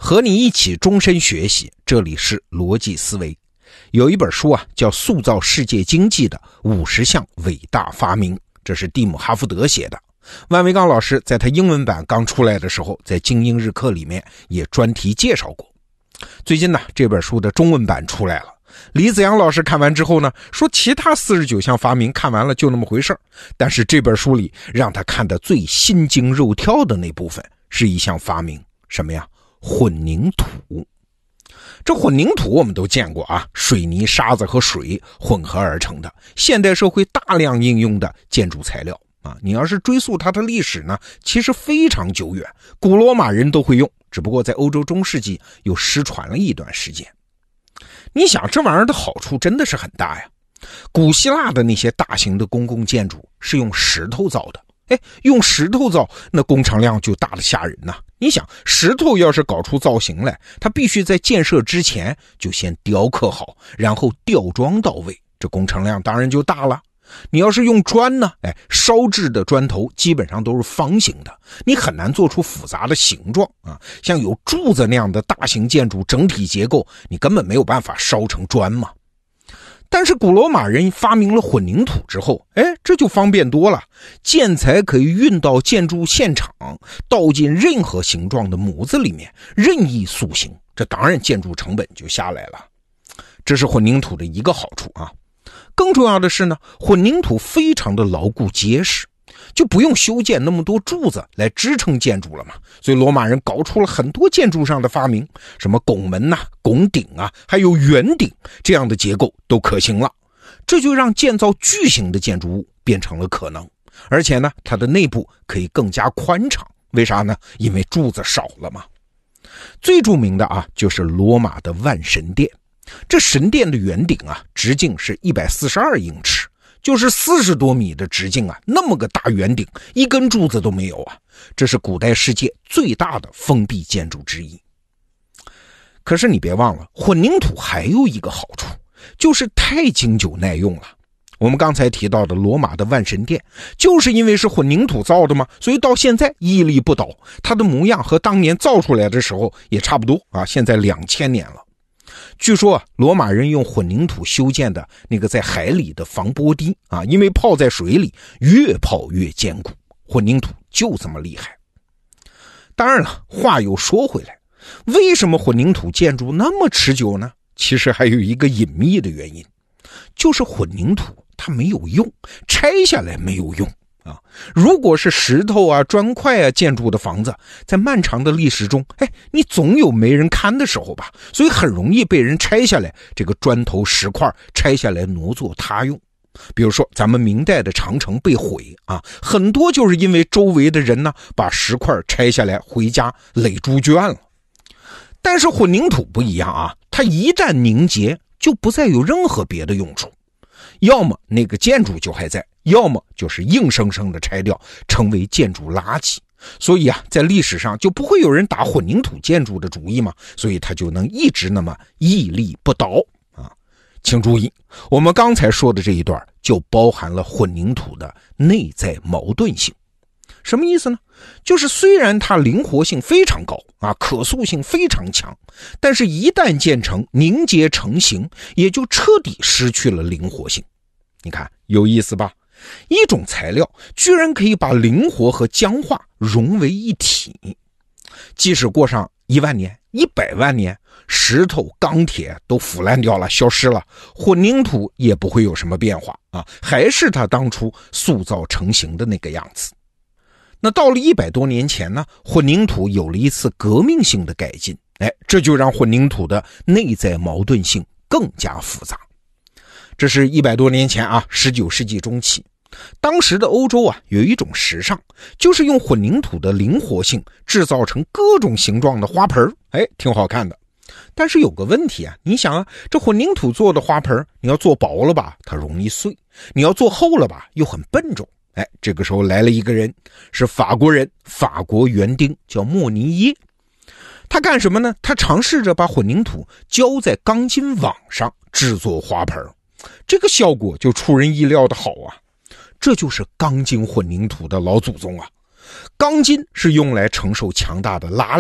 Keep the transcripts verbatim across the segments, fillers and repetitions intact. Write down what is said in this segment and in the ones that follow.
和你一起终身学习，这里是逻辑思维。有一本书啊，叫《塑造世界经济的五十项伟大发明》，这是蒂姆·哈福德写的。万维刚老师在他英文版刚出来的时候，在精英日课里面也专题介绍过。最近呢，这本书的中文版出来了。李子阳老师看完之后呢，说其他四十九项发明看完了就那么回事儿，但是这本书里让他看的最心惊肉跳的那部分是一项发明，什么呀？混凝土。这混凝土我们都见过啊，水泥、沙子和水混合而成的，现代社会大量应用的建筑材料啊。你要是追溯它的历史呢，其实非常久远，古罗马人都会用，只不过在欧洲中世纪又失传了一段时间。你想这玩意儿的好处真的是很大呀。古希腊的那些大型的公共建筑是用石头造的，哎，用石头造，那工程量就大得吓人呐。你想，石头要是搞出造型来，它必须在建设之前就先雕刻好，然后吊装到位，这工程量当然就大了。你要是用砖呢，哎，烧制的砖头基本上都是方形的，你很难做出复杂的形状啊。像有柱子那样的大型建筑整体结构，你根本没有办法烧成砖嘛。但是古罗马人发明了混凝土之后，哎，这就方便多了，建材可以运到建筑现场，倒进任何形状的模子里面，任意塑形，这当然建筑成本就下来了。这是混凝土的一个好处啊。更重要的是呢，混凝土非常的牢固结实，就不用修建那么多柱子来支撑建筑了嘛。所以罗马人搞出了很多建筑上的发明，什么拱门啊、拱顶啊，还有圆顶，这样的结构都可行了。这就让建造巨型的建筑物变成了可能，而且呢，它的内部可以更加宽敞。为啥呢？因为柱子少了嘛。最著名的啊，就是罗马的万神殿。这神殿的圆顶啊，直径是一百四十二英尺，就是四十多米的直径啊，那么个大圆顶，一根柱子都没有啊。这是古代世界最大的封闭建筑之一。可是你别忘了，混凝土还有一个好处，就是太经久耐用了。我们刚才提到的罗马的万神殿，就是因为是混凝土造的嘛，所以到现在屹立不倒，它的模样和当年造出来的时候也差不多啊，现在两千年了。据说啊，罗马人用混凝土修建的那个在海里的防波堤啊，因为泡在水里，越泡越坚固，混凝土就这么厉害。当然了，话又说回来，为什么混凝土建筑那么持久呢？其实还有一个隐秘的原因，就是混凝土它没有用，拆下来没有用啊。如果是石头啊、砖块啊建筑的房子，在漫长的历史中，哎，你总有没人看的时候吧，所以很容易被人拆下来，这个砖头石块拆下来挪作他用。比如说咱们明代的长城被毁啊，很多就是因为周围的人呢把石块拆下来回家垒猪圈了。但是混凝土不一样啊，它一旦凝结就不再有任何别的用处，要么那个建筑就还在，要么就是硬生生的拆掉，成为建筑垃圾。所以啊，在历史上就不会有人打混凝土建筑的主意嘛，所以它就能一直那么屹立不倒啊。请注意，我们刚才说的这一段就包含了混凝土的内在矛盾性。什么意思呢？就是虽然它灵活性非常高啊，可塑性非常强，但是一旦建成凝结成型，也就彻底失去了灵活性。你看有意思吧？一种材料居然可以把灵活和僵化融为一体，即使过上一万年、一百万年，石头、钢铁都腐烂掉了、消失了，混凝土也不会有什么变化啊，还是它当初塑造成型的那个样子。那到了一百多年前呢，混凝土有了一次革命性的改进，哎，这就让混凝土的内在矛盾性更加复杂。这是一百多年前啊，十九世纪中期，当时的欧洲啊，有一种时尚，就是用混凝土的灵活性制造成各种形状的花盆，哎，挺好看的。但是有个问题啊，你想啊，这混凝土做的花盆，你要做薄了吧，它容易碎；你要做厚了吧，又很笨重。哎，这个时候来了一个人，是法国人，法国园丁，叫莫尼耶。他干什么呢？他尝试着把混凝土浇在钢筋网上制作花盆，这个效果就出人意料的好啊。这就是钢筋混凝土的老祖宗啊。钢筋是用来承受强大的拉力的，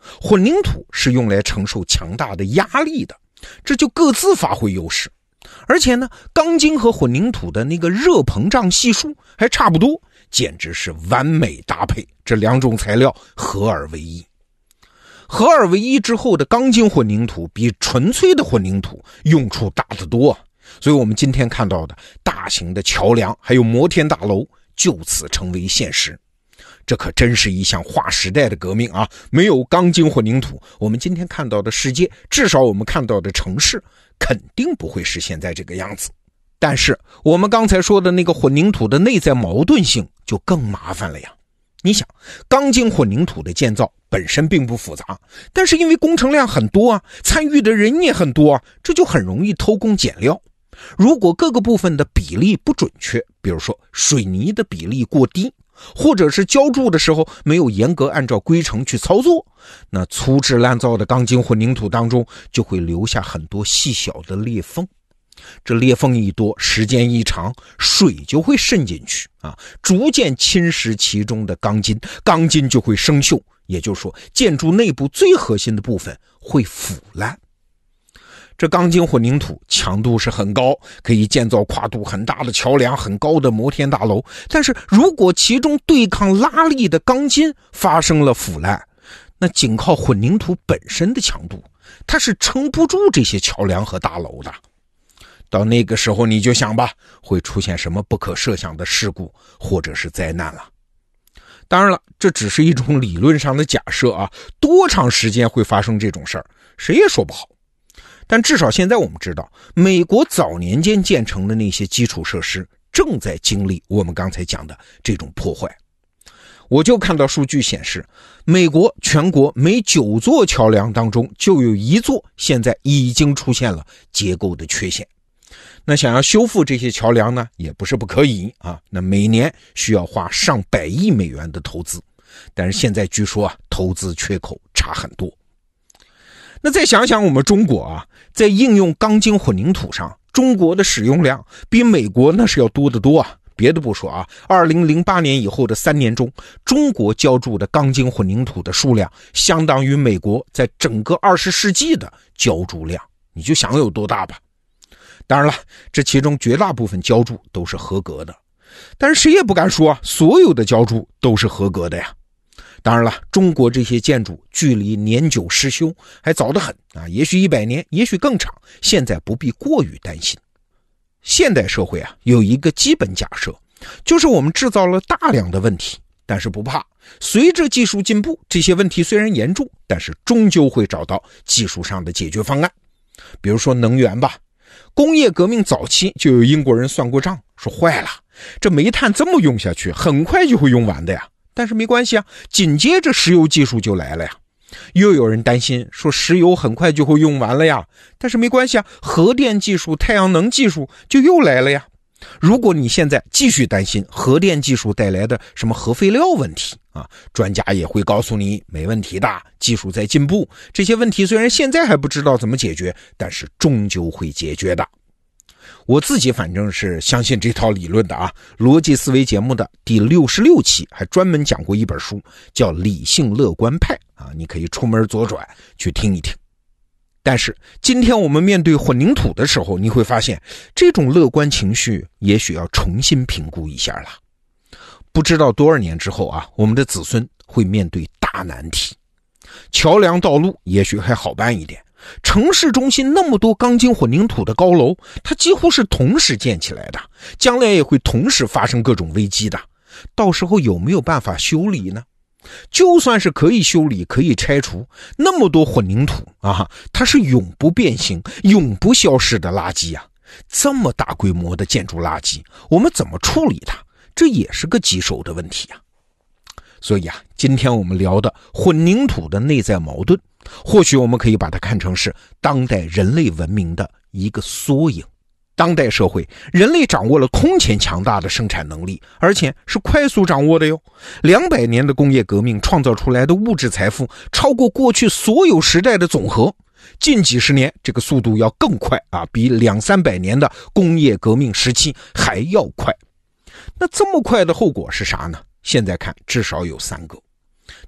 混凝土是用来承受强大的压力的，这就各自发挥优势。而且呢，钢筋和混凝土的那个热膨胀系数还差不多，简直是完美搭配，这两种材料合二为一。合二为一之后的钢筋混凝土比纯粹的混凝土用处大得多，所以我们今天看到的大型的桥梁还有摩天大楼就此成为现实。这可真是一项划时代的革命啊！没有钢筋混凝土，我们今天看到的世界，至少我们看到的城市肯定不会是现在这个样子。但是我们刚才说的那个混凝土的内在矛盾性就更麻烦了呀。你想，钢筋混凝土的建造本身并不复杂，但是因为工程量很多啊，参与的人也很多啊，这就很容易偷工减料。如果各个部分的比例不准确，比如说水泥的比例过低，或者是浇筑的时候没有严格按照规程去操作，那粗制滥造的钢筋混凝土当中就会留下很多细小的裂缝。这裂缝一多，时间一长，水就会渗进去啊，逐渐侵蚀其中的钢筋，钢筋就会生锈，也就是说，建筑内部最核心的部分会腐烂。这钢筋混凝土强度是很高，可以建造跨度很大的桥梁，很高的摩天大楼。但是如果其中对抗拉力的钢筋发生了腐烂，那仅靠混凝土本身的强度，它是撑不住这些桥梁和大楼的。到那个时候你就想吧，会出现什么不可设想的事故或者是灾难了。当然了，这只是一种理论上的假设啊，多长时间会发生这种事儿，谁也说不好。但至少现在我们知道，美国早年间建成的那些基础设施正在经历我们刚才讲的这种破坏。我就看到数据显示，美国全国每九座桥梁当中就有一座现在已经出现了结构的缺陷。那想要修复这些桥梁呢，也不是不可以啊，那每年需要花上百亿美元的投资，但是现在据说啊，投资缺口差很多。那再想想我们中国啊，在应用钢筋混凝土上，中国的使用量比美国那是要多得多啊。别的不说啊，二零零八年以后的三年中，中国浇筑的钢筋混凝土的数量相当于美国在整个二十世纪的浇筑量，你就想有多大吧。当然了，这其中绝大部分浇筑都是合格的，但是谁也不敢说啊，所有的浇筑都是合格的呀。当然了，中国这些建筑距离年久失修还早得很啊，也许一百年，也许更长，现在不必过于担心。现代社会啊，有一个基本假设，就是我们制造了大量的问题，但是不怕，随着技术进步，这些问题虽然严重，但是终究会找到技术上的解决方案。比如说能源吧，工业革命早期就有英国人算过账，说坏了，这煤炭这么用下去，很快就会用完的呀。但是没关系啊，紧接着石油技术就来了呀。又有人担心说石油很快就会用完了呀，但是没关系啊，核电技术、太阳能技术就又来了呀。如果你现在继续担心核电技术带来的什么核废料问题啊，专家也会告诉你没问题的，技术在进步，这些问题虽然现在还不知道怎么解决，但是终究会解决的。我自己反正是相信这套理论的啊。逻辑思维节目的第六十六期还专门讲过一本书，叫《理性乐观派》啊，你可以出门左转去听一听。但是今天我们面对混凝土的时候，你会发现这种乐观情绪也许要重新评估一下了。不知道多少年之后啊，我们的子孙会面对大难题。桥梁道路也许还好办一点，城市中心那么多钢筋混凝土的高楼，它几乎是同时建起来的，将来也会同时发生各种危机的。到时候有没有办法修理呢？就算是可以修理，可以拆除，那么多混凝土啊，它是永不变形、永不消失的垃圾啊。这么大规模的建筑垃圾，我们怎么处理它？这也是个棘手的问题啊。所以啊，今天我们聊的混凝土的内在矛盾，或许我们可以把它看成是当代人类文明的一个缩影。当代社会，人类掌握了空前强大的生产能力，而且是快速掌握的哟。两百年的工业革命创造出来的物质财富超过过去所有时代的总和，近几十年这个速度要更快啊，比两三百年的工业革命时期还要快。那这么快的后果是啥呢？现在看至少有三个。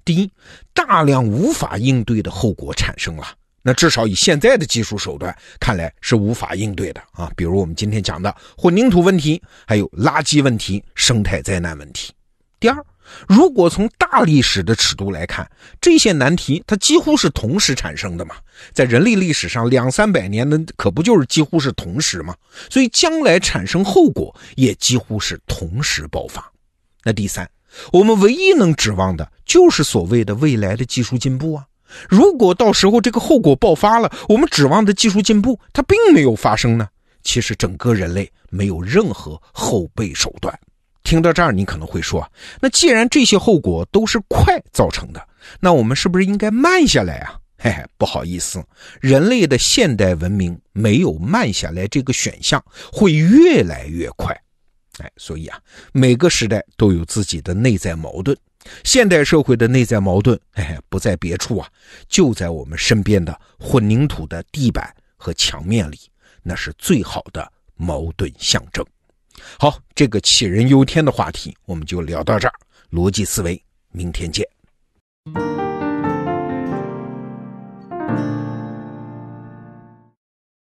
第一，大量无法应对的后果产生了，那至少以现在的技术手段看来是无法应对的啊，比如我们今天讲的混凝土问题，还有垃圾问题、生态灾难问题。第二，如果从大历史的尺度来看，这些难题它几乎是同时产生的嘛，在人类历史上两三百年的可不就是几乎是同时吗？所以将来产生后果也几乎是同时爆发。那第三，我们唯一能指望的就是所谓的未来的技术进步啊。如果到时候这个后果爆发了，我们指望的技术进步它并没有发生呢，其实整个人类没有任何后备手段。听到这儿你可能会说，那既然这些后果都是快造成的，那我们是不是应该慢下来啊？嘿嘿，不好意思，人类的现代文明没有慢下来这个选项，会越来越快。哎，所以啊，每个时代都有自己的内在矛盾。现代社会的内在矛盾，哎，不在别处啊，就在我们身边的混凝土的地板和墙面里，那是最好的矛盾象征。好，这个杞人忧天的话题我们就聊到这儿，逻辑思维，明天见。